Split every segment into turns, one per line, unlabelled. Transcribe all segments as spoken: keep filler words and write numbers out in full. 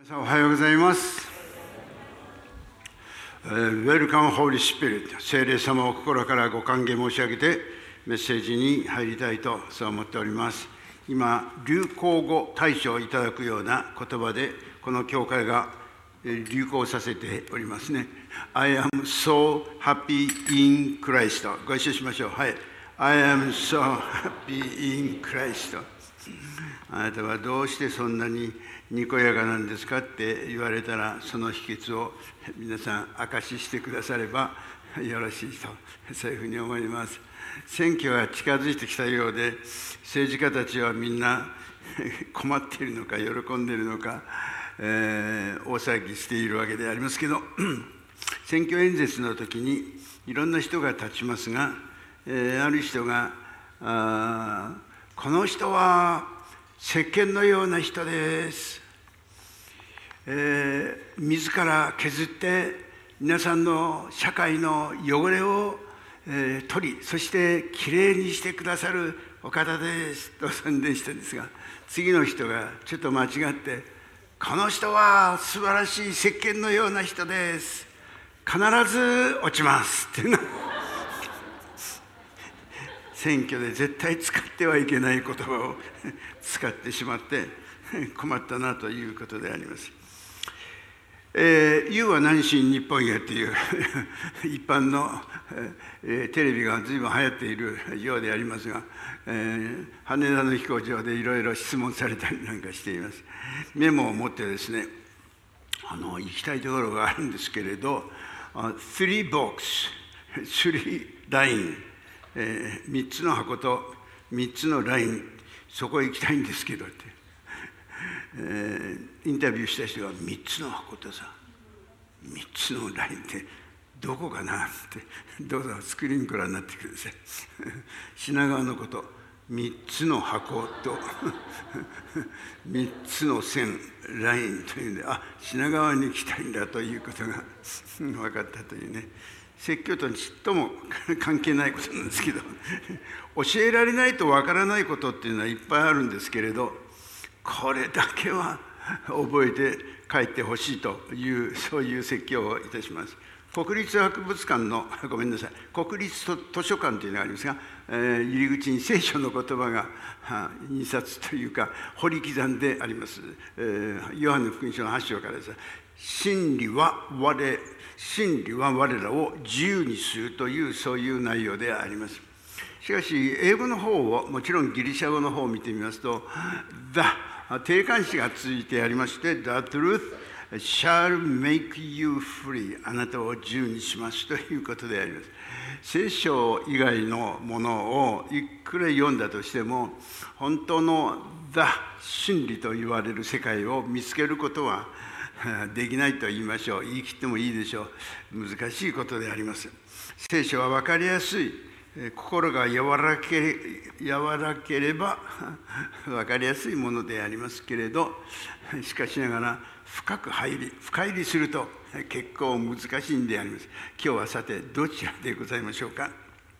皆さんおはようございます。Welcome Holy Spirit。聖霊様を心からご歓迎申し上げてメッセージに入りたいとそう思っております。今、流行語大賞をいただくような言葉でこの教会が流行させておりますね。I am so happy in Christ。ご一緒しましょう。はい。I am so happy in Christ。あなたはどうしてそんなににこやかなんですかって言われたら、その秘訣を皆さん証ししてくださればよろしいと、そういうふうに思います。選挙が近づいてきたようで、政治家たちはみんな困っているのか喜んでいるのか、えー、大騒ぎしているわけでありますけど、選挙演説の時にいろんな人が立ちますが、えー、ある人があこの人は石鹸のような人です、えー、自ら削って皆さんの社会の汚れを、えー、取り、そしてきれいにしてくださるお方ですと宣伝したんですが、次の人がちょっと間違ってこの人は素晴らしい石鹸のような人です、必ず落ちますっていうの選挙で絶対使ってはいけない言葉を使ってしまって困ったなということであります。えー、You は何しに日本へという一般の、えー、テレビが随分流行っているようでありますが、えー、羽田の飛行場でいろいろ質問されたりなんかしています。メモを持ってですね、あの行きたいところがあるんですけれど、スリーボックス、スリーライン、えー、みっつの箱とみっつのライン、そこへ行きたいんですけどって、えー、インタビューした人がみっつの箱とさみっつのラインってどこかなって、どうぞスクリーンからなってください品川のこと、みっつの箱とみっつの線ラインというんで、あ、品川に行きたいんだということが分かったというね、説教とちっとも関係ないことなんですけど教えられないとわからないことっていうのはいっぱいあるんですけれど、これだけは覚えて帰ってほしいという、そういう説教をいたします。国立博物館のごめんなさい国立図書館というのがありますが、えー、入り口に聖書の言葉が印刷というか彫り刻んであります。えー、ヨハネ福音書のはち章からです。真理は我真理は我らを自由にするという、そういう内容であります。しかし英語の方を、もちろんギリシャ語の方を見てみますと The 定冠詞がついてありまして The truth shall make you free、 あなたを自由にしますということであります。聖書以外のものをいくら読んだとしても、本当の The 真理と言われる世界を見つけることはできないと言いましょう。言い切ってもいいでしょう。難しいことであります。聖書は分かりやすい、心が柔らけ、柔らければ分かりやすいものでありますけれど、しかしながら深く入り深入りすると結構難しいんであります。今日はさてどちらでございましょうか。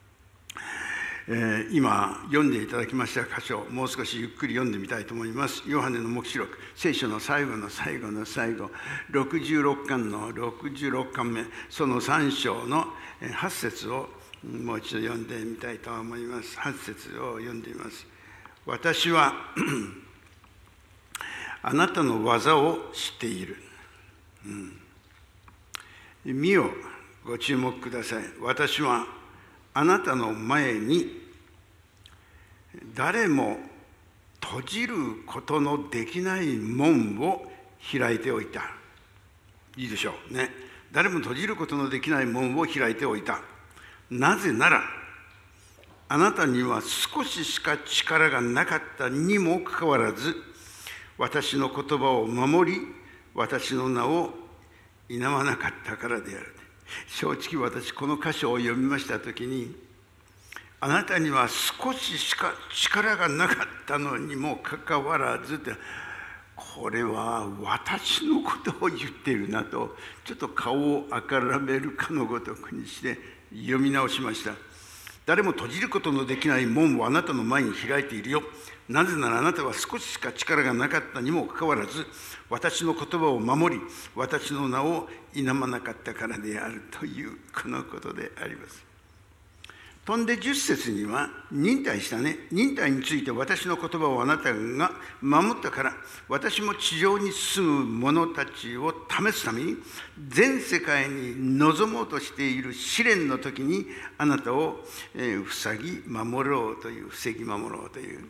えー、今読んでいただきました箇所、もう少しゆっくり読んでみたいと思います。ヨハネの黙示録、聖書の最後の最後の最後、ろくじゅうろっかんのろくじゅうろっかんめ、そのさん章のはち節をもう一度読んでみたいと思います。はち節を読んでみます。私はあなたの技を知っている、うん、見よ、ご注目ください。私はあなたの前に誰も閉じることのできない門を開いておいた。いいでしょうね。誰も閉じることのできない門を開いておいた。なぜならあなたには少ししか力がなかったにもかかわらず、私の言葉を守り、私の名を否まなかったからである。正直私この箇所を読みましたときに、あなたには少ししか力がなかったのにもかかわらずって、これは私のことを言っているなと、ちょっと顔をあからめるかのごとくにして読み直しました。誰も閉じることのできない門をあなたの前に開いているよ。 なぜならあなたは少ししか力がなかったにもかかわらず、私の言葉を守り、私の名を否まなかったからであるというこのことであります。飛んでじゅっ節には、忍耐したね。忍耐について私の言葉をあなたが守ったから、私も地上に住む者たちを試すために、全世界に臨もうとしている試練の時に、あなたを、えー、塞ぎ守ろうという、防ぎ守ろうという。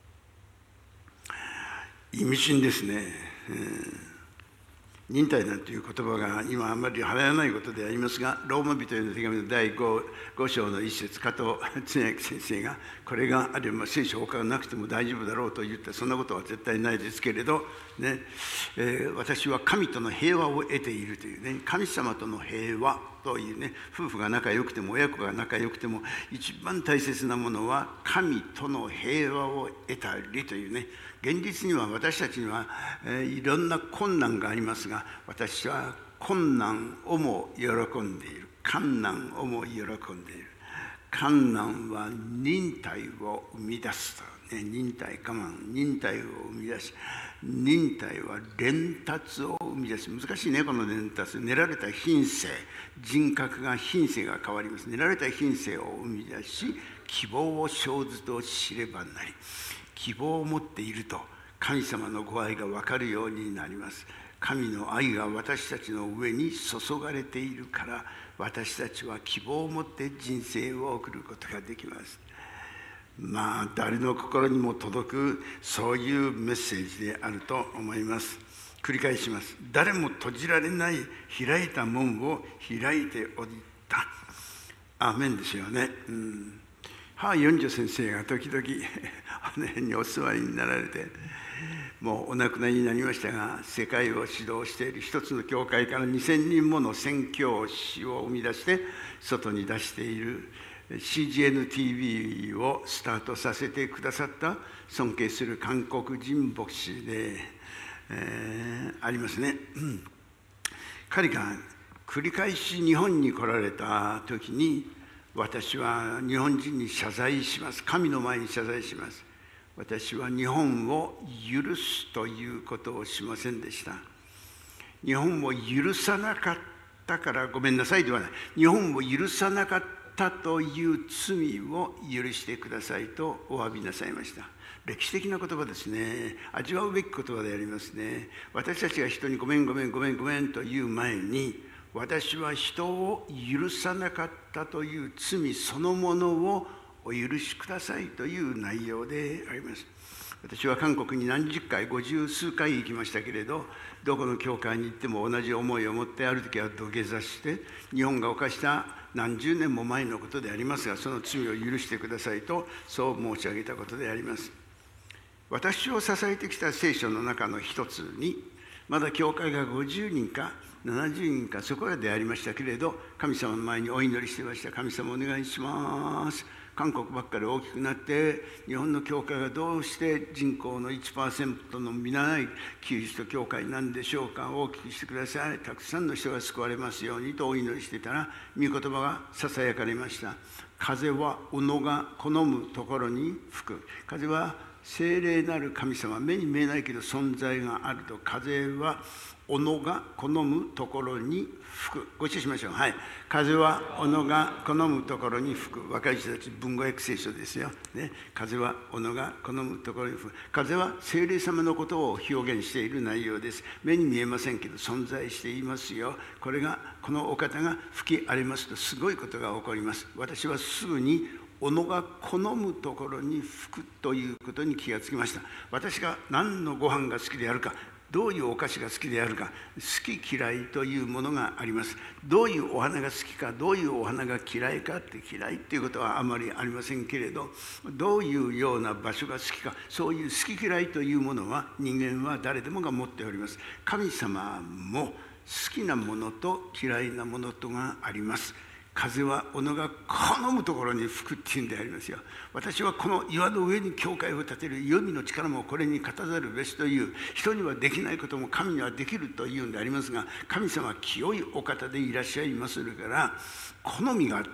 意味深ですね。うん忍耐なんていう言葉が今あまり流行らないことでありますが、ローマ人への手紙のだい 5, 5章の一節、加藤恒明先生がこれがあれば聖書他がなくても大丈夫だろうと言って、そんなことは絶対ないですけれど、ねえー、私は神との平和を得ているというね、神様との平和というね、夫婦が仲良くても親子が仲良くても一番大切なものは神との平和を得たりというね、現実には私たちには、えー、いろんな困難がありますが、私は困難をも喜んでいる。困難をも喜んでいる。困難は忍耐を生み出すと、ね、忍耐我慢、忍耐を生み出し、忍耐は伝達を生み出す。難しいね、この伝達。練られた品性、人格が品性が変わります。練られた品性を生み出し、希望を生ずと知ればなり。希望を持っていると神様のご愛が分かるようになります。神の愛が私たちの上に注がれているから、私たちは希望を持って人生を送ることができます。まあ誰の心にも届くそういうメッセージであると思います。繰り返します。誰も閉じられない開いた門を開いておいた。アーメンですよね。うん母四女先生が時々あの辺にお座りになられて、もうお亡くなりになりましたが、世界を指導している一つの教会からにせんにんもの宣教師を生み出して外に出している シージーエヌティーブイ をスタートさせてくださった尊敬する韓国人牧師で、えー、ありますね。彼が繰り返し日本に来られた時に、私は日本人に謝罪します。神の前に謝罪します。私は日本を許すということをしませんでした。日本を許さなかったからごめんなさいではない。日本を許さなかったという罪を許してくださいとお詫びなさいました。歴史的な言葉ですね。味わうべき言葉でありますね。私たちが人にごめんごめんごめんごめんという前に、私は人を許さなかったという罪そのものをお許しくださいという内容であります。私は韓国に何十回、五十数回行きましたけれど、どこの教会に行っても同じ思いを持って、ある時は土下座して、日本が犯した何十年も前のことでありますが、その罪を許してくださいと、そう申し上げたことであります。私を支えてきた聖書の中の一つに、まだ教会がごじゅうにんかななじゅうにんかそこらでありましたけれど、神様の前にお祈りしていました。神様お願いします。韓国ばっかり大きくなって、日本の教会がどうして人口の いちパーセント の見ないキリスト教会なんでしょうか。大きくしてください。たくさんの人が救われますようにとお祈りしていたら、御言葉がささやかれました。風は己が好むところに吹く。風は聖霊なる神様、目に見えないけど存在があると。風は己が好むところに吹く。ご一緒しましょう。はい。風は己が好むところに吹く。若い人たち文語訳聖書ですよ。ね。風は己が好むところに吹く。風は聖霊様のことを表現している内容です。目に見えませんけど存在していますよ。これが、このお方が吹き荒れますとすごいことが起こります。私はすぐに己が好むところに吹くということに気がつきました。私が何のご飯が好きであるか、どういうお菓子が好きであるか、好き嫌いというものがあります。どういうお花が好きか、どういうお花が嫌いかって、嫌いっていうことはあまりありませんけれど、どういうような場所が好きか、そういう好き嫌いというものは人間は誰でもが持っております。神様も好きなものと嫌いなものとがあります。風は己が好むところに吹くっていうんでありますよ。私はこの岩の上に教会を建てる黄泉の力もこれに勝たざるべしという、人にはできないことも神にはできるというんでありますが、神様は清いお方でいらっしゃいまするから、好みがあって、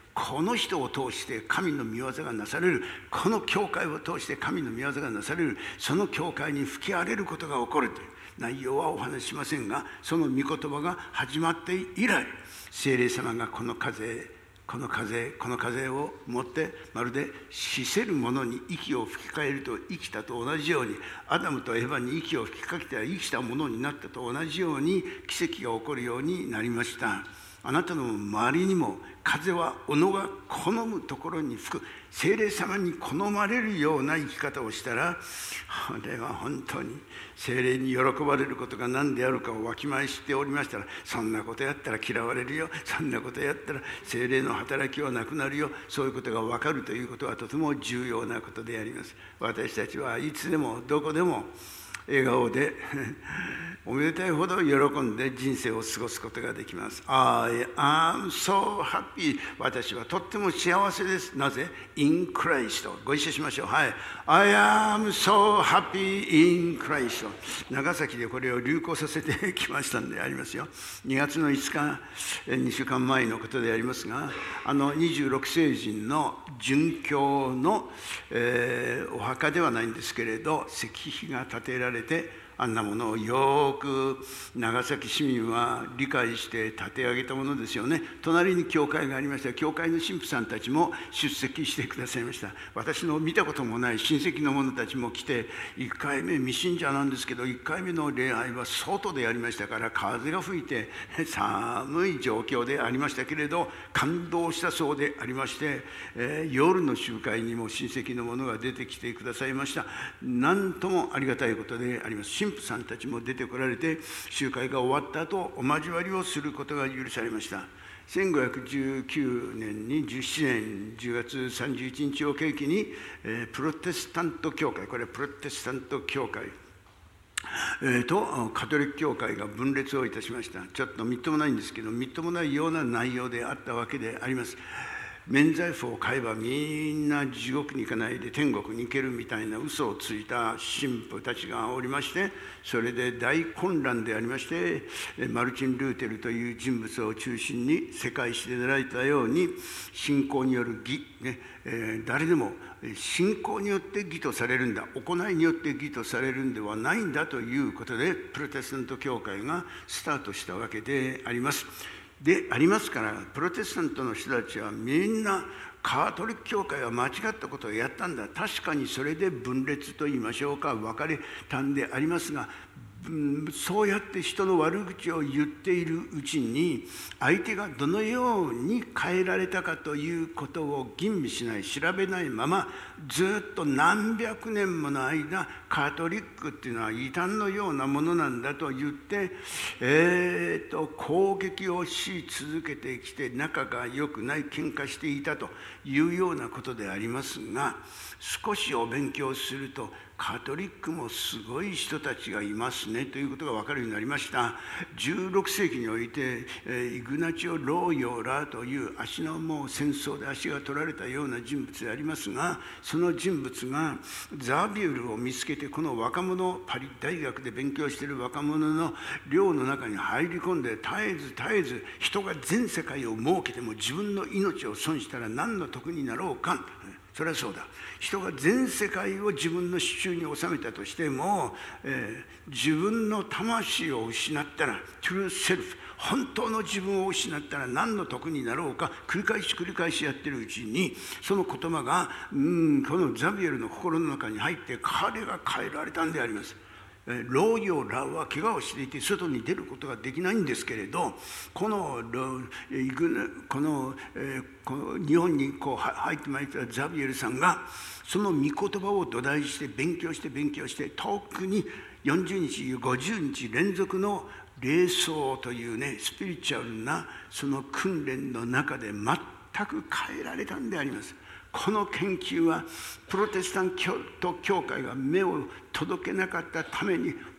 この人を通して神の御業がなされる、この教会を通して神の御業がなされる、その教会に吹き荒れることが起こるという内容はお話ししませんが、その御言葉が始まって以来、聖霊様がこの風この風この風を持ってまるで死せる者に息を吹きかえると生きたと同じように、アダムとエヴァに息を吹きかけては生きた者になったと同じように奇跡が起こるようになりました。あなたの周りにも風は己が好むところに吹く、聖霊様に好まれるような生き方をしたら、これは本当に聖霊に喜ばれることが何であるかをわきまえしておりましたら、そんなことやったら嫌われるよ、そんなことやったら聖霊の働きはなくなるよ、そういうことが分かるということはとても重要なことであります。私たちはいつでもどこでも笑顔でおめでたいほど喜んで人生を過ごすことができます。 I am so happy。 私はとっても幸せです。なぜ？ In Christ。 ご一緒しましょう。はい。 I am so happy in Christ。 長崎でこれを流行させてきましたんでありますよ。にがつのいつか、にしゅうかんまえのことでありますが、あのにじゅうろくせい人の殉教の、えー、お墓ではないんですけれど、石碑が建てられて、あんなものをよく長崎市民は理解して立て上げたものですよね。隣に教会がありました。教会の神父さんたちも出席してくださいました。私の見たこともない親戚の者たちも来て、いっかいめ未信者なんですけど、いっかいめの礼拝は外でやりましたから、風が吹いて寒い状況でありましたけれど、感動したそうでありまして、えー、夜の集会にも親戚の者が出てきてくださいました。なんともありがたいことであります。神父さんたちも出てこられて、集会が終わった後お交わりをすることが許されました。せんごひゃくじゅうきゅうねんにじゅうななねんじゅうがつさんじゅういちにちを契機に、えー、プロテスタント教会、これはプロテスタント教会、えー、とカトリック教会が分裂をいたしました。ちょっとみっともないんですけど、みっともないような内容であったわけであります。免罪符を買えばみんな地獄に行かないで天国に行けるみたいな嘘をついた神父たちがおりまして、それで大混乱でありまして、マルチン・ルーテルという人物を中心に世界史で出られたように、信仰による義、ねえー、誰でも信仰によって義とされるんだ、行いによって義とされるんではないんだということで、プロテスタント教会がスタートしたわけであります。でありますから、プロテスタントの人たちはみんなカトリック教会は間違ったことをやったんだ、確かにそれで分裂と言いましょうか、分かれたんでありますが、そうやって人の悪口を言っているうちに、相手がどのように変えられたかということを吟味しない、調べないまま、ずっと何百年もの間カトリックっていうのは異端のようなものなんだと言って、えー、と攻撃をし続けてきて、仲が良くない、喧嘩していたというようなことでありますが、少しお勉強するとカトリックもすごい人たちがいますねということが分かるようになりました。じゅうろくせいきにおいて、イグナチオ・ローヨラという足のもう戦争で足が取られたような人物でありますが、その人物がザビウルを見つけて、この若者、パリ大学で勉強している若者の寮の中に入り込んで、絶えず絶えず人が全世界を設けても自分の命を損したら何の得になろうか。それはそうだ。人が全世界を自分の手中に収めたとしても、えー、自分の魂を失ったら、トゥルーセルフ、本当の自分を失ったら何の得になろうか、繰り返し繰り返しやってるうちに、その言葉がうんこのザビエルの心の中に入って、彼が変えられたんであります。ローヨラは怪我をしていて外に出ることができないんですけれど、このこの、えー、この日本にこう入ってまいったザビエルさんが、その御言葉を土台して勉強して勉強して、特によんじゅうにちごじゅうにち連続の霊装というね、スピリチュアルなその訓練の中で全く変えられたんであります。この研究はプロテスタント教会が目を届けなかったために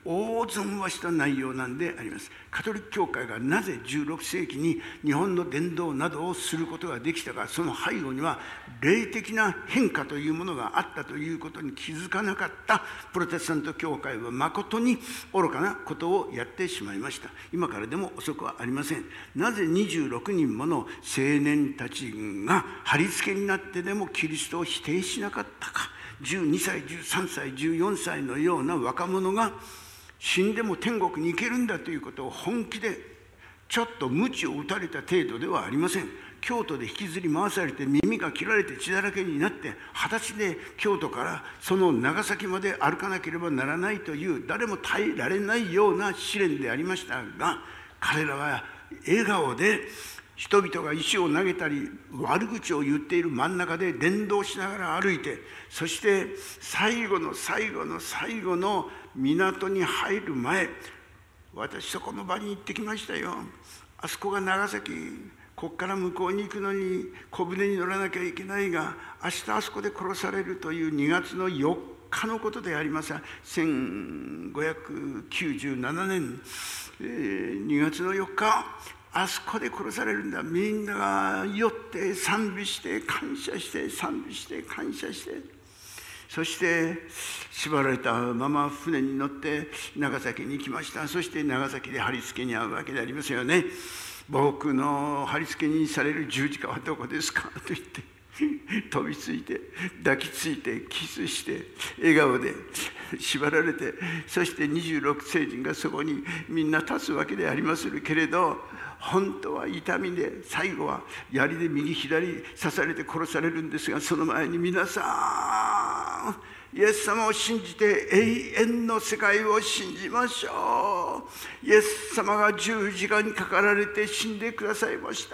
大損はした内容なんであります。カトリック教会がなぜじゅうろくせいきに日本の伝道などをすることができたか、その背後には霊的な変化というものがあったということに気づかなかったプロテスタント教会は誠に愚かなことをやってしまいました。今からでも遅くはありません。なぜにじゅうろくにんもの青年たちが貼り付けになってでもキリストを否定しなかったか。じゅうにさい、じゅうさんさい、じゅうよんさいのような若者が死んでも天国に行けるんだということを本気でちょっと鞭を打たれた程度ではありません。京都で引きずり回されて耳が切られて血だらけになって二十歳で京都からその長崎まで歩かなければならないという誰も耐えられないような試練でありましたが、彼らは笑顔で人々が石を投げたり悪口を言っている真ん中で伝道しながら歩いて、そして最後の最後の最後の港に入る前、私そこの場に行ってきましたよ。あそこが長崎、ここから向こうに行くのに小舟に乗らなきゃいけないが、明日あそこで殺されるというにがつのよっかのことであります。せんごひゃくきゅうじゅうななねん、えー、にがつのよっか、あそこで殺されるんだ。みんなが酔って賛美して感謝して賛美して感謝して、そして縛られたまま船に乗って長崎に行きました。そして長崎で貼り付けに遭うわけでありますよね。僕の貼り付けにされる十字架はどこですかと言って飛びついて抱きついてキスして笑顔で縛られて、そしてにじゅうろくせいじんがそこにみんな立つわけでありますけれど、本当は痛みで最後は槍で右左刺されて殺されるんですが、その前に皆さん、イエス様を信じて永遠の世界を信じましょう。イエス様が十字架にかかられて死んでくださいました。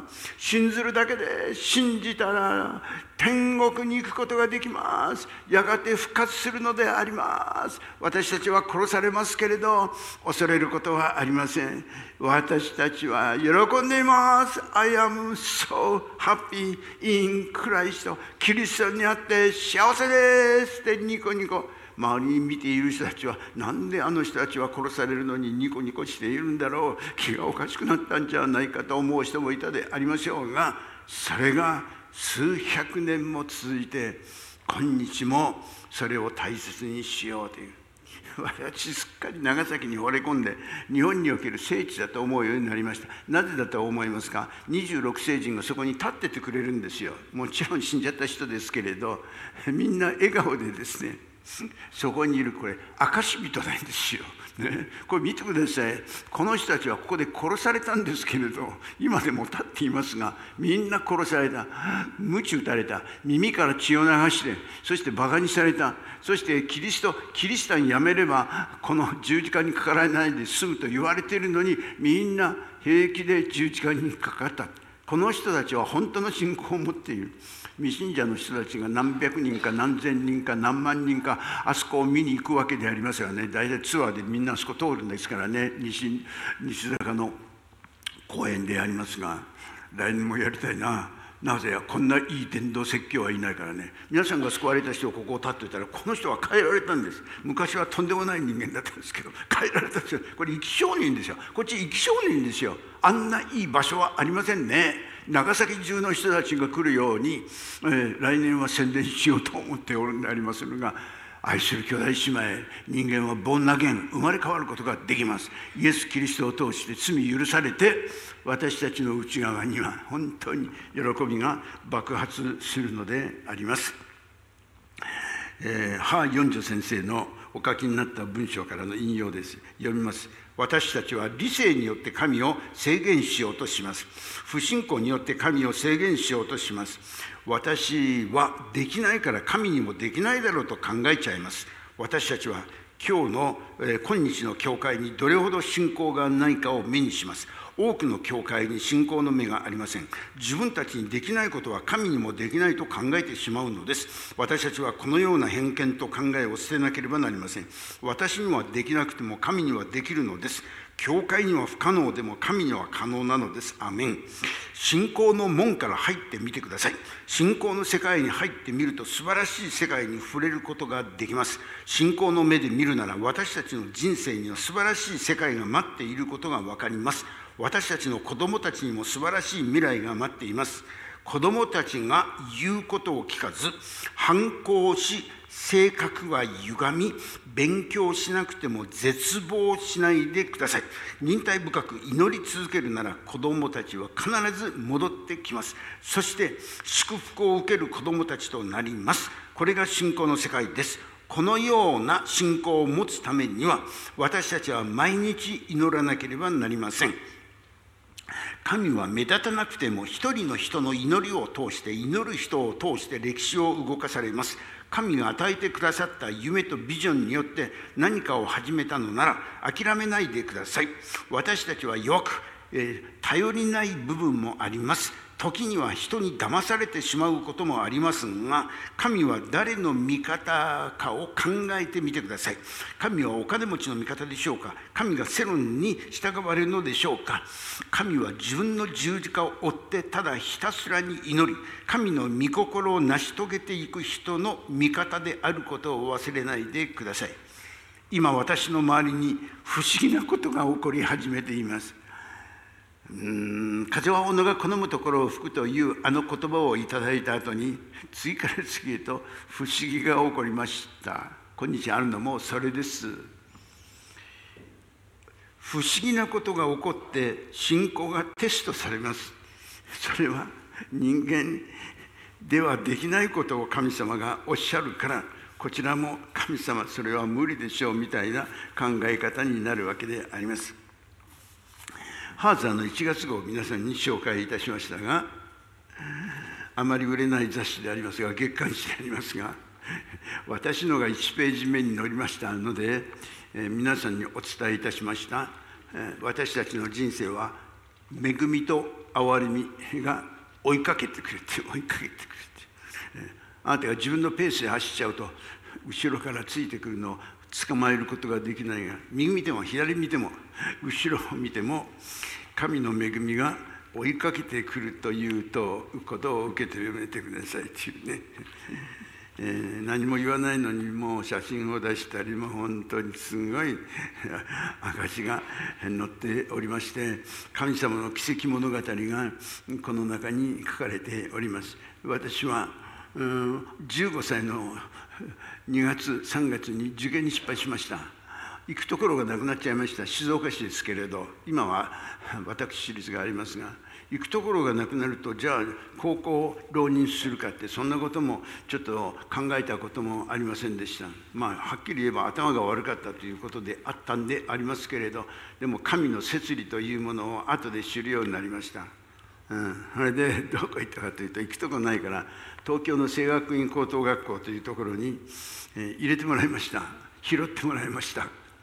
信ずるだけで、信じたら天国に行くことができます。やがて復活するのであります。私たちは殺されますけれど恐れることはありません。私たちは喜んでいます。 I am so happy in Christ。 キリストにあって幸せですってニコニコ。周りに見ている人たちは、なんであの人たちは殺されるのにニコニコしているんだろう、気がおかしくなったんじゃないかと思う人もいたでありましょうが、それが数百年も続いて今日もそれを大切にしようという、私すっかり長崎に惚れ込んで日本における聖地だと思うようになりました。なぜだと思いますか？にじゅうろくせいじんがそこに立っててくれるんですよ。もちろん死んじゃった人ですけれど、みんな笑顔でですね、そこにいる、これ証人なんですよ、ね、これ見てください。この人たちはここで殺されたんですけれど、今でも立っていますが、みんな殺された、鞭打たれた、耳から血を流して、そしてバカにされた、そしてキリストキリシタンやめればこの十字架にかからないで済むと言われているのに、みんな平気で十字架にかかった。この人たちは本当の信仰を持っている。未信者の人たちが何百人か何千人か何万人かあそこを見に行くわけでありますよね。大体ツアーでみんなあそこ通るんですからね。 西, 西坂の公園でありますが、来年もやりたいな。なぜや、こんないい伝道説教はいないからね。皆さんが救われた人をここを立っていたら、この人は変えられたんです。昔はとんでもない人間だったんですけど変えられたんですよ。これ生き証人ですよ。こっち生き証人ですよ。あんないい場所はありませんね。長崎中の人たちが来るように、えー、来年は宣伝しようと思っておるんでありますのが、愛する兄弟姉妹、人間はボーンアゲン、生まれ変わることができます。イエス・キリストを通して罪許されて、私たちの内側には本当に喜びが爆発するのであります。えー、ハー・ヨンジョ先生のお書きになった文章からの引用です。読みます。私たちは理性によって神を制限しようとします。不信仰によって神を制限しようとします。私はできないから神にもできないだろうと考えちゃいます。私たちは今日の、えー、今日の教会にどれほど信仰がないかを目にします。 多くの教会に信仰の目がありません。自分たちにできないことは神にもできないと考えてしまうのです。私たちはこのような偏見と考えを捨てなければなりません。私にはできなくても神にはできるのです。教会には不可能でも神には可能なのです。アメン。信仰の門から入ってみてください。信仰の世界に入ってみると素晴らしい世界に触れることができます。信仰の目で見るなら私たちの人生には素晴らしい世界が待っていることが分かります。私たちの子供たちにも素晴らしい未来が待っています。子供たちが言うことを聞かず、反抗し、性格は歪み、勉強しなくても絶望しないでください。忍耐深く祈り続けるなら子供たちは必ず戻ってきます。そして祝福を受ける子供たちとなります。これが信仰の世界です。このような信仰を持つためには、私たちは毎日祈らなければなりません。神は目立たなくても一人の人の祈りを通して、祈る人を通して歴史を動かされます。神が与えてくださった夢とビジョンによって何かを始めたのなら諦めないでください。私たちは弱く、えー、頼りない部分もあります。時には人に騙されてしまうこともありますが、神は誰の味方かを考えてみてください。神はお金持ちの味方でしょうか。神が世論に従われるのでしょうか。神は自分の十字架を追ってただひたすらに祈り、神の御心を成し遂げていく人の味方であることを忘れないでください。今私の周りに不思議なことが起こり始めています。うーん風は己が好むところを吹くというあの言葉をいただいた後に、次から次へと不思議が起こりました。今日あるのもそれです。不思議なことが起こって信仰がテストされます。それは人間ではできないことを神様がおっしゃるから、こちらも神様それは無理でしょうみたいな考え方になるわけであります。ハーザーのいちがつ号を皆さんに紹介いたしましたが、あまり売れない雑誌でありますが、月刊誌でありますが、私のがいちページ目に載りましたので、えー、皆さんにお伝えいたしました。えー、私たちの人生は恵みと憐れみが追いかけてくれて追いかけてくれて、えー、あなたが自分のペースで走っちゃうと後ろからついてくるのを捕まえることができないが、右見ても左見ても後ろを見ても神の恵みが追いかけてくるということを受け止めてくださいというね、えー、何も言わないのにもう写真を出したり、もう本当にすごい証が載っておりまして、神様の奇跡物語がこの中に書かれております。私はうんじゅうごさいのにがつさんがつに受験に失敗しました。行くところがなくなっちゃいました。静岡市ですけれど、今は私立がありますが、行くところがなくなると、じゃあ高校を浪人するかって、そんなこともちょっと考えたこともありませんでした。まあはっきり言えば頭が悪かったということであったんでありますけれど、でも神の摂理というものを後で知るようになりました。うん、それでどこ行ったかというと、行くとこないから東京の聖学院高等学校というところに、えー、入れてもらいました。拾ってもらいました。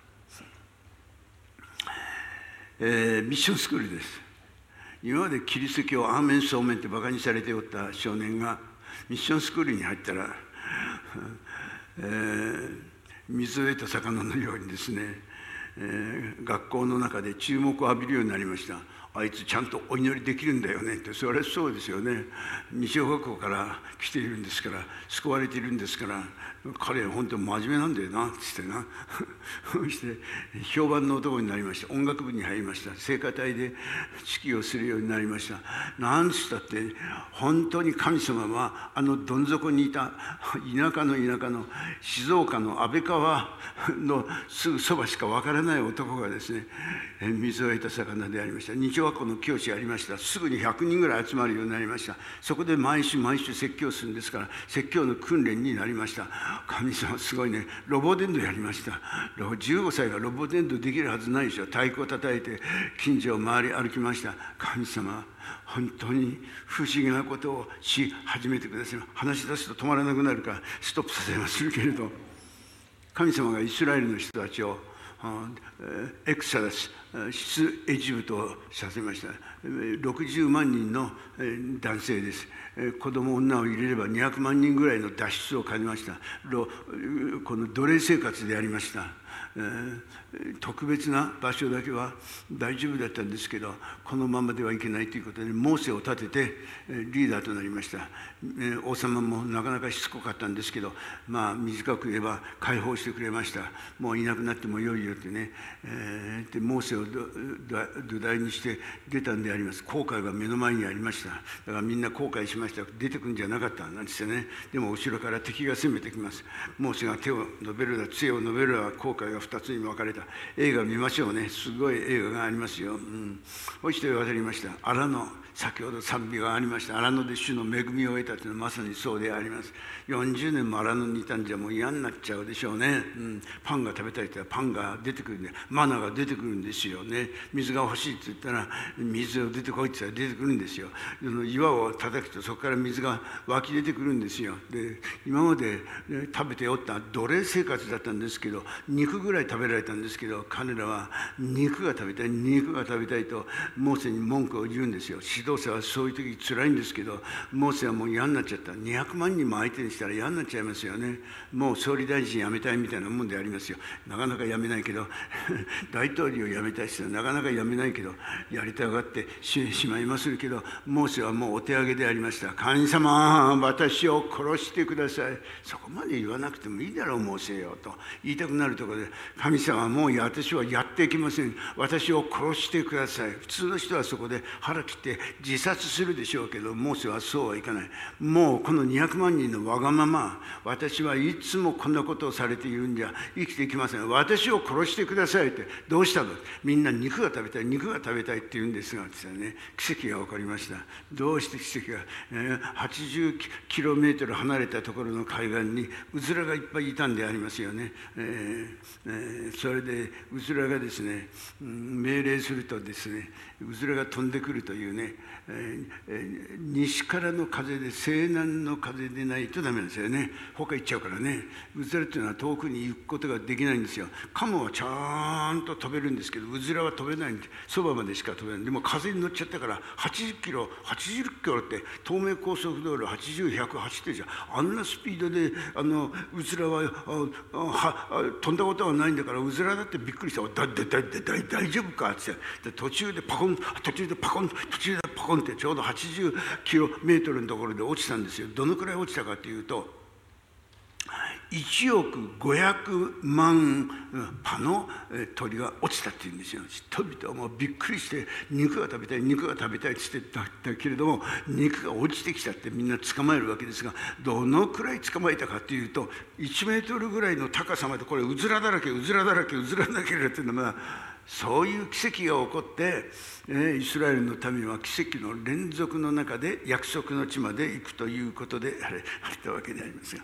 えー、ミッションスクールです。今までキリスト教アーメンソーメンってバカにされておった少年がミッションスクールに入ったら、えー、水を得た魚のようにですね、えー、学校の中で注目を浴びるようになりました。あいつちゃんとお祈りできるんだよねって。それはそうですよね。二小学校から来ているんですから、救われているんですから、彼は本当に真面目なんだよなっつってなそして評判の男になりました。音楽部に入りました。聖歌隊で指揮をするようになりました。なんつったって本当に神様はあのどん底にいた田舎の田舎の静岡の安倍川のすぐそばしかわからない男がですね、水を得た魚でありました。日曜学校の教師がありました。すぐにひゃくにんぐらい集まるようになりました。そこで毎週毎週説教するんですから、説教の訓練になりました。神様すごいね。ロボ伝道やりました。じゅうごさいがロボ伝道できるはずないでしょ。太鼓を叩いて近所を回り歩きました。神様本当に不思議なことをし始めてください。話し出すと止まらなくなるからストップさせまするけれど、神様がイスラエルの人たちをエクサダス、出エジプトをさせました。ろくじゅうまんにんの男性です。子供女を入れればにひゃくまんにんぐらいの脱出を兼ねました。この奴隷生活でありました。特別な場所だけは大丈夫だったんですけど、このままではいけないということでモーセを立ててリーダーとなりました。王様もなかなかしつこかったんですけど、まあ短く言えば解放してくれました。もういなくなってもよいよってね、えー、でモーセを土台にして出たんであります。航海が目の前にありました。だからみんな後悔しました。出てくるんじゃなかったなんですよね。でも後ろから敵が攻めてきます。モーセが手を伸べるな、杖を伸べるな、航海がふたつに分かれた。映画見ましょうね。すごい映画がありますよ。うん、そして渡りました。荒野、先ほど賛美がありました。荒野で主の恵みを得たというのはまさにそうであります。よんじゅうねんも荒野にいたんじゃもう嫌になっちゃうでしょうね。うん、パンが食べたいと言ったらパンが出てくるんで、マナが出てくるんですよね。水が欲しいって言ったら水を出てこいって言ったら出てくるんですよ。岩を叩くとそこから水が湧き出てくるんですよ。で今まで、ね、食べておった奴隷生活だったんですけど、肉ぐらい食べられたんですけど、彼らは肉が食べたい肉が食べたいとモーセに文句を言うんですよ。指導者はそういう時つらいんですけど、モーセはもう嫌になっちゃった。にひゃくまんにんも相手にしたら嫌になっちゃいますよね。もう総理大臣辞めたいみたいなもんでありますよ。なかなか辞めないけど大統領辞めたい人はなかなか辞めないけど、やりたがってしまいますけど、モーセはもうお手上げでありました。神様、私を殺してください。そこまで言わなくてもいいだろうモーセよと言いたくなるところで、神様もう私はやっていけません。私を殺してください。普通の人はそこで腹切って自殺するでしょうけど、モーセはそうはいかない。もうこのにひゃくまんにんのわがまま、私はいつもこんなことをされているんじゃ生きていけません。私を殺してくださいって。どうしたの？みんな肉が食べたい肉が食べたいって言うんですがですね、奇跡が起こりました。どうして奇跡が、えー、はちじゅうキロメートル離れたところの海岸にうずらがいっぱいいたんでありますよね。えーえー、それでうずらがですね、うん、命令するとですね、うずらが飛んでくるというね、えーえー、西からの風で西南の風でないとダメなんですよね。他行っちゃうからね。うずらっていうのは遠くに行くことができないんですよ。カモはちゃんと飛べるんですけど、うずらは飛べないんで、そばまでしか飛べない。でも風に乗っちゃったからはちじゅっキロはちじゅっキロって東名高速道路はちじゅう、ひゃく走ってるじゃん。あんなスピードであのうずらはあはあ飛んだことはないんだから、うずらだってびっくりした。だだだだ大丈夫かってで途中でパコン途中でパコン途中でパコンってちょうどはちじゅうキロメートルのところで落ちたんですよ。どのくらい落ちたかというと、いちおくごひゃくまん羽の鳥が落ちたっていうんですよ。人々はもうびっくりして、肉が食べたい肉が食べたいって言ってたんだけれども、肉が落ちてきちゃってみんな捕まえるわけですが、どのくらい捕まえたかというと、いちメートルぐらいの高さまで、これうずらだらけうずらだらけうずらだらけっていうのは、そういう奇跡が起こって、イスラエルの民は奇跡の連続の中で約束の地まで行くということであったわけでありますが、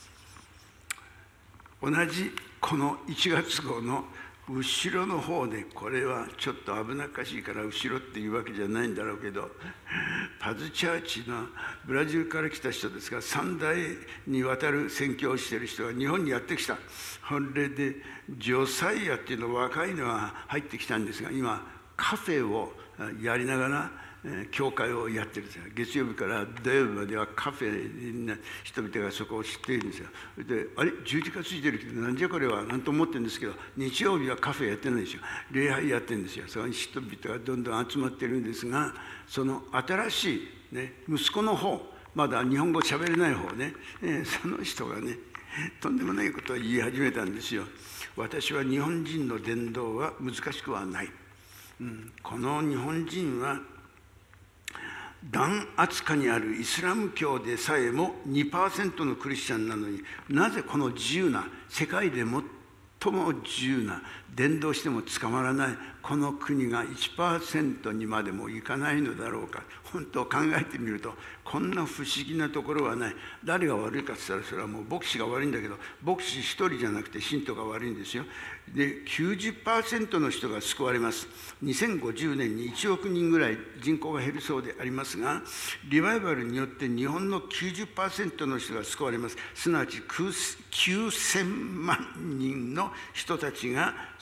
同じこのいちがつ号の後ろの方で、これはちょっと危なっかしいから後ろっていうわけじゃないんだろうけど、パズチャーチのブラジルから来た人ですが、三代にわたる宣教をしている人が日本にやってきた。それでジョサイアっていうの若いのが入ってきたんですが、今カフェをやりながら教会をやってるんですよ。月曜日から土曜日まではカフェな人々がそこを知っているんですよ。で、あれ十字架ついてるけどなんじゃこれはなんと思ってるんですけど、日曜日はカフェやってないんですよ。礼拝やってるんですよ。そこに人々がどんどん集まってるんですが、その新しい、ね、息子の方、まだ日本語喋れない方ね、えー、その人がね、とんでもないことを言い始めたんですよ。私は日本人の伝道は難しくはない、うん、この日本人は弾圧下にあるイスラム教でさえも にパーセント のクリスチャンなのに、なぜこの自由な、世界で最も自由な、伝道しても捕まらないこの国が いちパーセント にまでもいかないのだろうか。本当考えてみるとこんな不思議なところはない。誰が悪いかって言ったら、それはもう牧師が悪いんだけど、牧師一人じゃなくて信徒が悪いんですよ。で きゅうじゅっパーセント の人が救われます。にせんごじゅうねんにいちおくにんぐらい人口が減るそうでありますが、リバイバルによって日本の きゅうじゅっパーセント の人が救われます。すなわちきゅうせんまんにんの人たちが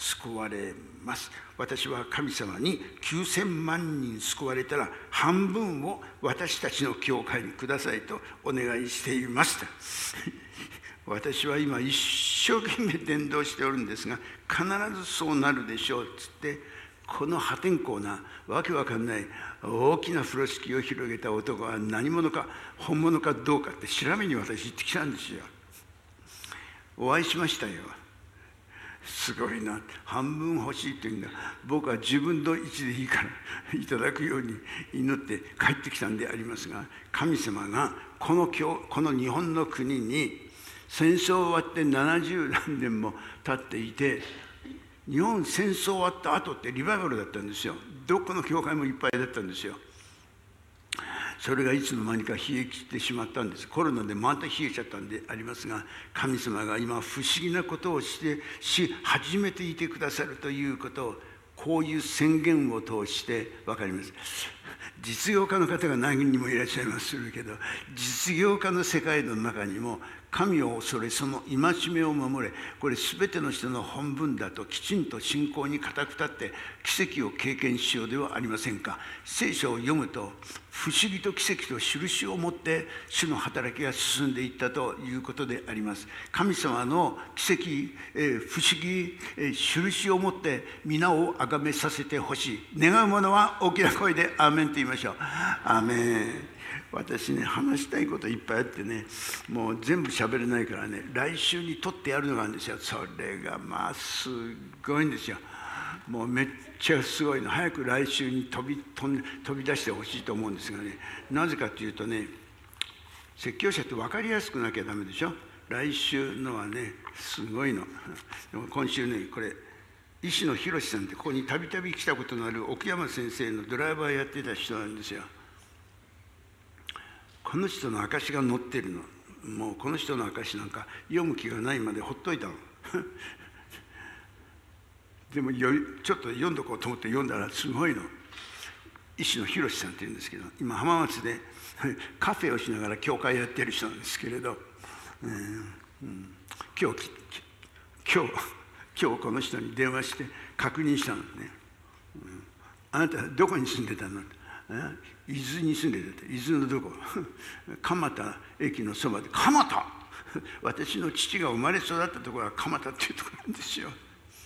救われます。私は神様にきゅうせんまんにん救われたら半分を私たちの教会にくださいとお願いしていました。私は今一生懸命伝道しておるんですが、必ずそうなるでしょうっつって、この破天荒なわけわかんない大きな風呂敷を広げた男は何者か本物かどうかって調べに私行ってきたんですよ。お会いしましたよ。すごいな、半分欲しいって言うんだ。僕は自分の位置でいいからいただくように祈って帰ってきたんでありますが、神様がこの教この日本の国に戦争終わってななじゅうなんねんも経っていて、日本戦争終わった後ってリバイバルだったんですよ。どこの教会もいっぱいだったんですよ。それがいつの間にか冷え切ってしまったんです。コロナでまた冷えちゃったんでありますが、神様が今不思議なことをしてし始めていてくださるということを、こういう宣言を通して分かります。実業家の方が何人もいらっしゃいますけど、実業家の世界の中にも神を恐れその戒めを守れ、これ全ての人の本分だときちんと信仰に固く立って奇跡を経験しようではありませんか。聖書を読むと不思議と奇跡と印を持って主の働きが進んでいったということであります。神様の奇跡、えー、不思議、えー、印を持って皆を崇めさせてほしい。願う者は大きな声でアーメンと言いましょう。アーメン。私ね、話したいこといっぱいあってね、もう全部喋れないからね、来週に撮ってやるのがあるんですよ。それがまあすごいんですよ。もうめっちゃすごいの。早く来週に飛び飛ん飛び出してほしいと思うんですがね、なぜかというとね、説教者って分かりやすくなきゃダメでしょ。来週のはね、すごいの。でも今週ね、これ石野博さんってここにたびたび来たことのある奥山先生のドライバーやってた人なんですよ。この人の証が載ってるの。もうこの人の証なんか読む気がないまでほっといたの。でもよちょっと読んどこうと思って読んだらすごいの。石野博さんっていうんですけど、今浜松でカフェをしながら教会やってる人なんですけれど、うんうん、今日今日今日この人に電話して確認したのね。うん、あなたどこに住んでたの？伊豆に住んでて、伊豆のどこ？蒲田駅のそばで。蒲田私の父が生まれ育ったところは蒲田っていうところなんですよ。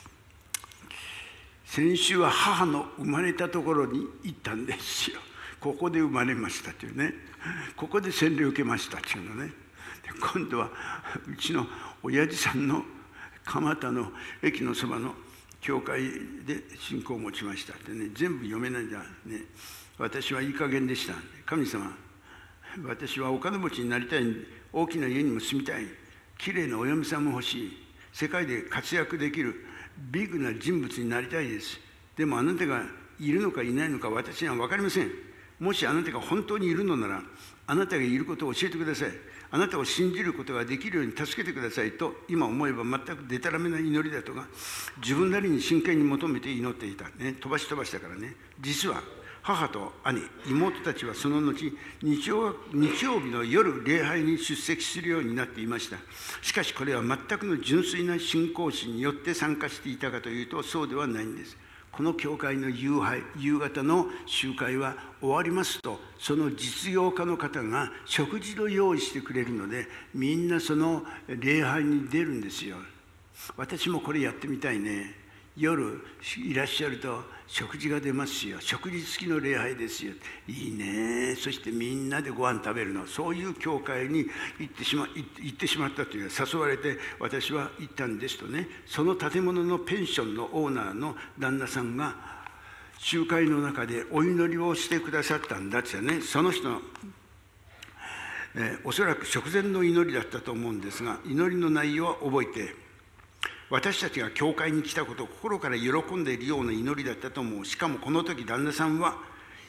先週は母の生まれたところに行ったんですよ。ここで生まれましたっていうね、ここで洗礼を受けましたっていうのね。で今度はうちの親父さんの蒲田の駅のそばの教会で信仰を持ちましたってね、全部読めないんだね。私はいい加減でした。神様、私はお金持ちになりたい、大きな家にも住みたい、きれいなお嫁さんも欲しい、世界で活躍できるビッグな人物になりたいです。でもあなたがいるのかいないのか私には分かりません。もしあなたが本当にいるのなら、あなたがいることを教えてください。あなたを信じることができるように助けてくださいと、今思えば全くでたらめな祈りだとか、自分なりに真剣に求めて祈っていた。ね、飛ばし飛ばしたからね。実は母と兄、妹たちはその後、日曜、日曜日の夜、礼拝に出席するようになっていました。しかしこれは全くの純粋な信仰心によって参加していたかというと、そうではないんです。この教会の夕拝、夕方の集会は終わりますと、その実業家の方が食事を用意してくれるので、みんなその礼拝に出るんですよ。私もこれやってみたいね。夜いらっしゃると食事が出ますよ。食事付きの礼拝ですよ。いいね。そしてみんなでご飯食べるの。そういう教会に行ってしま、行ってしまったというか、誘われて私は行ったんですとね。その建物のペンションのオーナーの旦那さんが集会の中でお祈りをしてくださったんだってね。その人の、えー、おそらく食前の祈りだったと思うんですが、祈りの内容は覚えて、私たちが教会に来たことを心から喜んでいるような祈りだったと思う。しかもこの時旦那さんは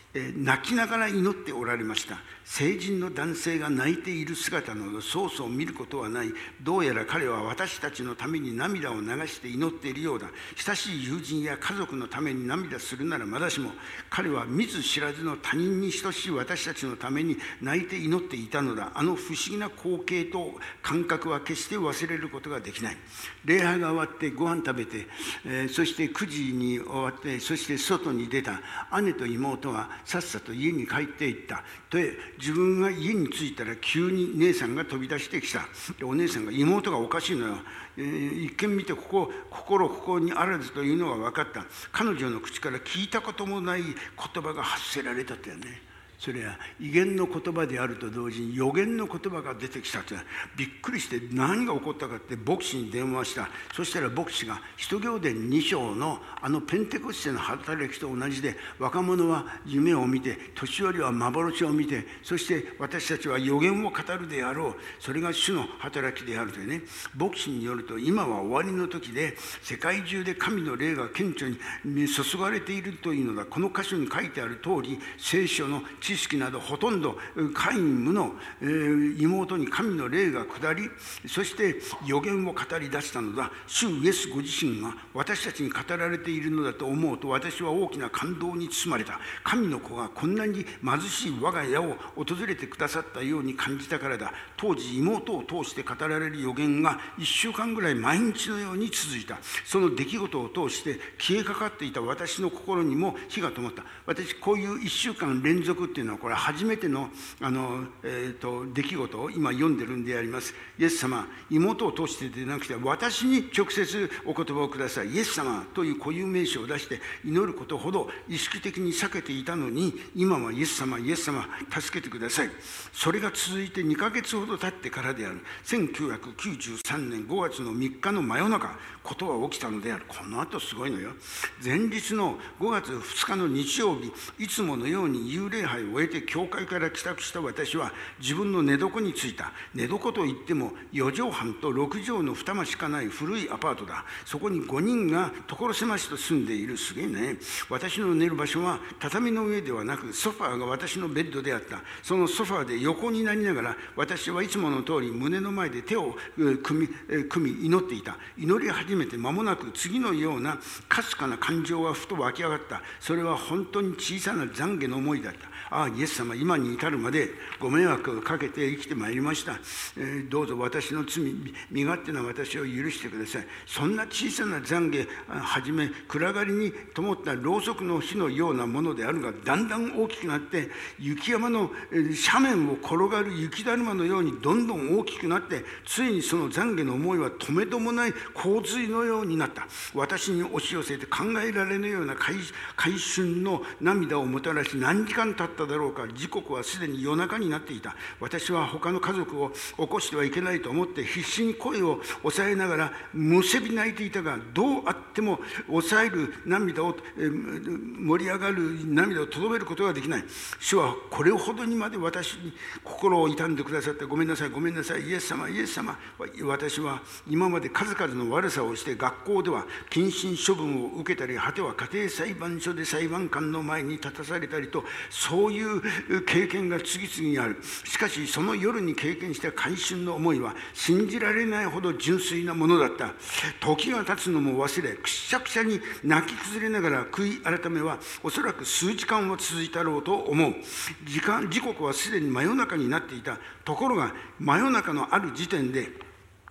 泣きながら祈っておられました。成人の男性が泣いている姿などそうそう見ることはない。どうやら彼は私たちのために涙を流して祈っているようだ。親しい友人や家族のために涙するならまだしも、彼は見ず知らずの他人に等しい私たちのために泣いて祈っていたのだ。あの不思議な光景と感覚は決して忘れることができない。礼拝が終わってご飯食べて、えー、そしてくじに終わって、そして外に出た。姉と妹がさっさと家に帰っていった。で、自分が家に着いたら急に姉さんが飛び出してきた。で、お姉さんが、妹がおかしいのよ。えー、一見見てここ心ここにあらずというのが分かった。彼女の口から聞いたこともない言葉が発せられたとやね。それは異言の言葉であると同時に予言の言葉が出てきたと。びっくりして何が起こったかって牧師に電話した。そしたら牧師が使徒行伝に章のあのペンテコステの働きと同じで、若者は夢を見て、年寄りは幻を見て、そして私たちは予言を語るであろう。それが主の働きであるというね。牧師によると、今は終わりの時で世界中で神の霊が顕著に注がれているというのだ。この箇所に書いてある通り、聖書の知識などほとんど皆無の、えー、妹に神の霊が下り、そして予言を語り出したのだ。主イエスご自身が私たちに語られているのだと思うと、私は大きな感動に包まれた。神の子がこんなに貧しい我が家を訪れてくださったように感じたからだ。当時妹を通して語られる予言がいっしゅうかんぐらい毎日のように続いた。その出来事を通して消えかかっていた私の心にも火が灯った。私こういういっしゅうかん連続っていうのは、これは初めての、あの、えーと、出来事を今読んでるんであります。イエス様、妹を通してでなくて私に直接お言葉をください。イエス様という固有名詞を出して祈ることほど意識的に避けていたのに、今はイエス様、イエス様助けてください。それが続いてにかげつほど経ってからである。せんきゅうひゃくきゅうじゅうさんねんごがつのみっかの真夜中、ことは起きたのである。この後すごいのよ。前日のごがつふつかの日曜日、いつものように幽霊杯を終えて教会から帰宅した私は自分の寝床に着いた。寝床といってもよじょうはんとろくじょうのに間しかない古いアパートだ。そこにごにんが所狭しと住んでいる。すげえね。私の寝る場所は畳の上ではなく、ソファーが私のベッドであった。そのソファーで横になりながら、私はいつもの通り胸の前で手を組み、組み祈っていた。祈り始めて間もなく次のようなかすかな感情がふと湧き上がった。それは本当に小さな懺悔の思いだった。ああ、イエス様、今に至るまでご迷惑をかけて生きてまいりました。えー、どうぞ私の罪、身勝手な私を許してください。そんな小さな懺悔はじめ、暗がりに灯ったろうそくの火のようなものであるが、だんだん大きくなって、雪山の斜面を転がる雪だるまのようにどんどん大きくなって、ついにその懺悔の思いはとめどもない洪水のようになった。私に押し寄せて考えられぬような回春の涙をもたらし、何時間経っただろうか。時刻はすでに夜中になっていた。私は他の家族を起こしてはいけないと思って必死に声を抑えながらむせび泣いていたが、どうあっても抑える涙を、えー、盛り上がる涙をとどめることができない。主はこれほどにまで私に心を痛んでくださって、ごめんなさい、ごめんなさい、イエス様、イエス様。私は今まで数々の悪さをして、学校では謹慎処分を受けたり、果ては家庭裁判所で裁判官の前に立たされたりと、そういう経験が次々にある。しかしその夜に経験した改春の思いは信じられないほど純粋なものだった。時が経つのも忘れ、くしゃくしゃに泣き崩れながら悔い改めはおそらく数時間は続いたろうと思う。時間時刻はすでに真夜中になっていた。ところが真夜中のある時点で、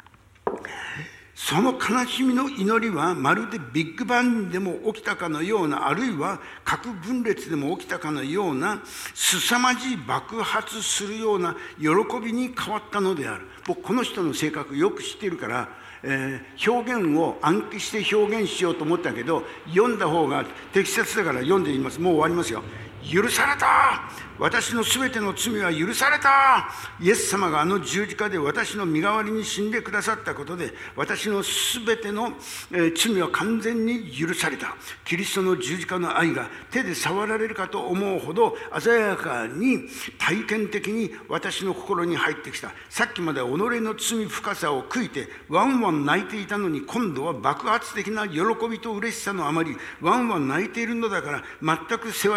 その悲しみの祈りはまるでビッグバンでも起きたかのような、あるいは核分裂でも起きたかのような、凄まじい爆発するような喜びに変わったのである。僕この人の性格よく知っているから、えー、表現を暗記して表現しようと思ったけど、読んだ方が適切だから読んでみます。もう終わりますよ。許された。私のすべての罪は許された。イエス様があの十字架で私の身代わりに死んでくださったことで、私のすべての、えー、罪は完全に許された。キリストの十字架の愛が手で触られるかと思うほど鮮やかに体験的に私の心に入ってきた。さっきまで己の罪深さを悔いてワンワン泣いていたのに、今度は爆発的な喜びと嬉しさのあまり、ワンワン泣いているのだから全くせわし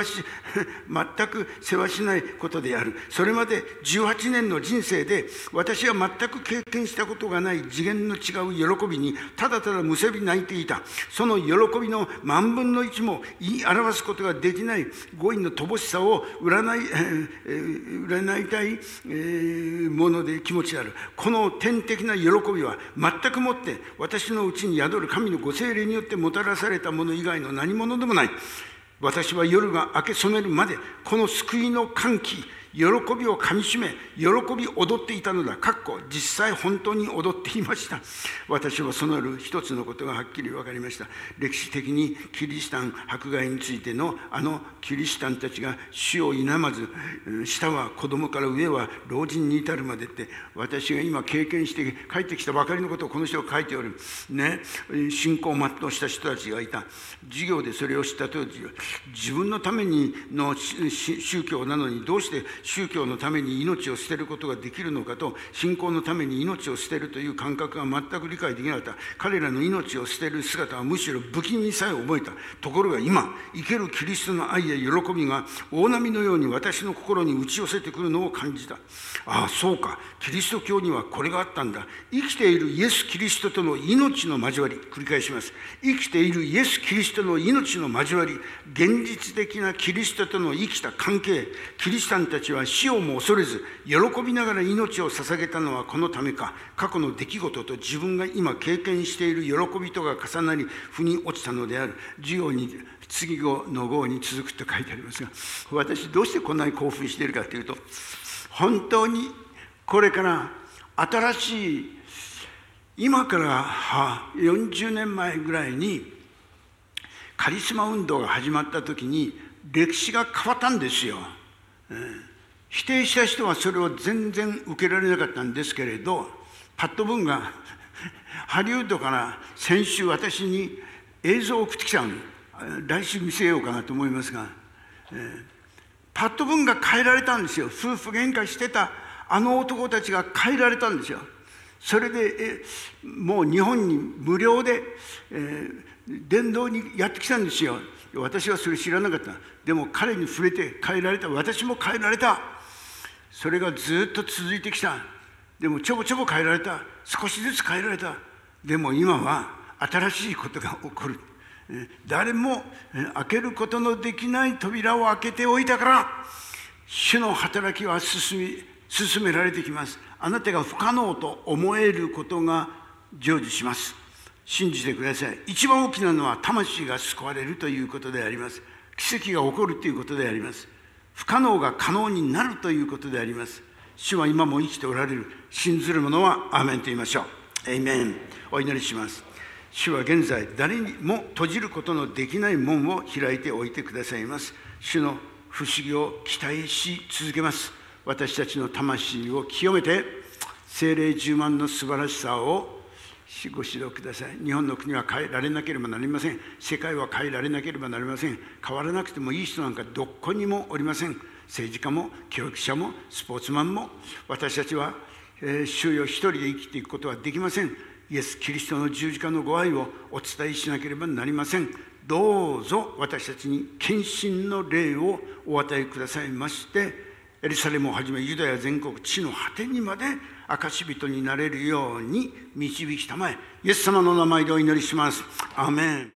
全く世話しないことである。それまでじゅうはちねんの人生で私は全く経験したことがない次元の違う喜びにただただむせび泣いていた。その喜びの万分の一も言い表すことができない語彙の乏しさを占い、えー、占いたい、えー、もので気持ちである。この天的な喜びは全くもって私のうちに宿る神のご聖霊によってもたらされたもの以外の何者でもない。私は夜が明け染めるまでこの救いの歓喜、喜びをかみしめ、喜び踊っていたのだ。かっこ実際本当に踊っていました。私はその夜一つのことがはっきり分かりました。歴史的にキリシタン迫害についてのあのキリシタンたちが主を否まず、下は子供から上は老人に至るまでって、私が今経験して帰ってきたばかりのことをこの人が書いておる。ね、信仰を全うした人たちがいた。授業でそれを知った当時、自分のためにの宗教なのにどうして宗教のために命を捨てることができるのかと、信仰のために命を捨てるという感覚が全く理解できなかった。彼らの命を捨てる姿はむしろ不気味さえ覚えた。ところが今、生けるキリストの愛や喜びが大波のように私の心に打ち寄せてくるのを感じた。ああ、そうか、キリスト教にはこれがあったんだ。生きているイエス・キリストとの命の交わり、繰り返します。生きているイエス・キリストの命の交わり、現実的なキリストとの生きた関係。キリシタンたちは死をも恐れず喜びながら命を捧げたのはこのためか。過去の出来事と自分が今経験している喜びとが重なり腑に落ちたのである。授業に次の号に続くと書いてありますが、私どうしてこんなに興奮しているかというと、本当にこれから新しい、今からよんじゅうねんまえぐらいにカリスマ運動が始まった時に歴史が変わったんですよ。否定した人はそれを全然受けられなかったんですけれど、パット・ブンがハリウッドから先週私に映像を送ってきたの。来週見せようかなと思いますが、パット・ブンが変えられたんですよ。夫婦喧嘩してたあの男たちが変えられたんですよ。それでえもう日本に無料で、えー、伝道にやってきたんですよ。私はそれ知らなかった。でも彼に触れて変えられた。私も変えられた。それがずっと続いてきた。でもちょぼちょぼ変えられた。少しずつ変えられた。でも今は新しいことが起こる。誰も開けることのできない扉を開けておいたから、主の働きは進み進められてきます。あなたが不可能と思えることが成就します。信じてください。一番大きなのは魂が救われるということであります。奇跡が起こるということであります。不可能が可能になるということであります。主は今も生きておられる。信ずる者はアーメンと言いましょう。エイメン。お祈りします。主は現在誰にも閉じることのできない門を開いておいてくださいます。主の不思議を期待し続けます。私たちの魂を清めて聖霊充満の素晴らしさをご指導ください。日本の国は変えられなければなりません。世界は変えられなければなりません。変わらなくてもいい人なんかどこにもおりません。政治家も教育者もスポーツマンも。私たちは、えー、主よ一人で生きていくことはできません。イエス・キリストの十字架のご愛をお伝えしなければなりません。どうぞ私たちに献身の霊をお与えくださいまして、エルサレムをはじめユダヤ全国地の果てにまで証人になれるように導きたまえ。イエス様の名前でお祈りします。アーメン。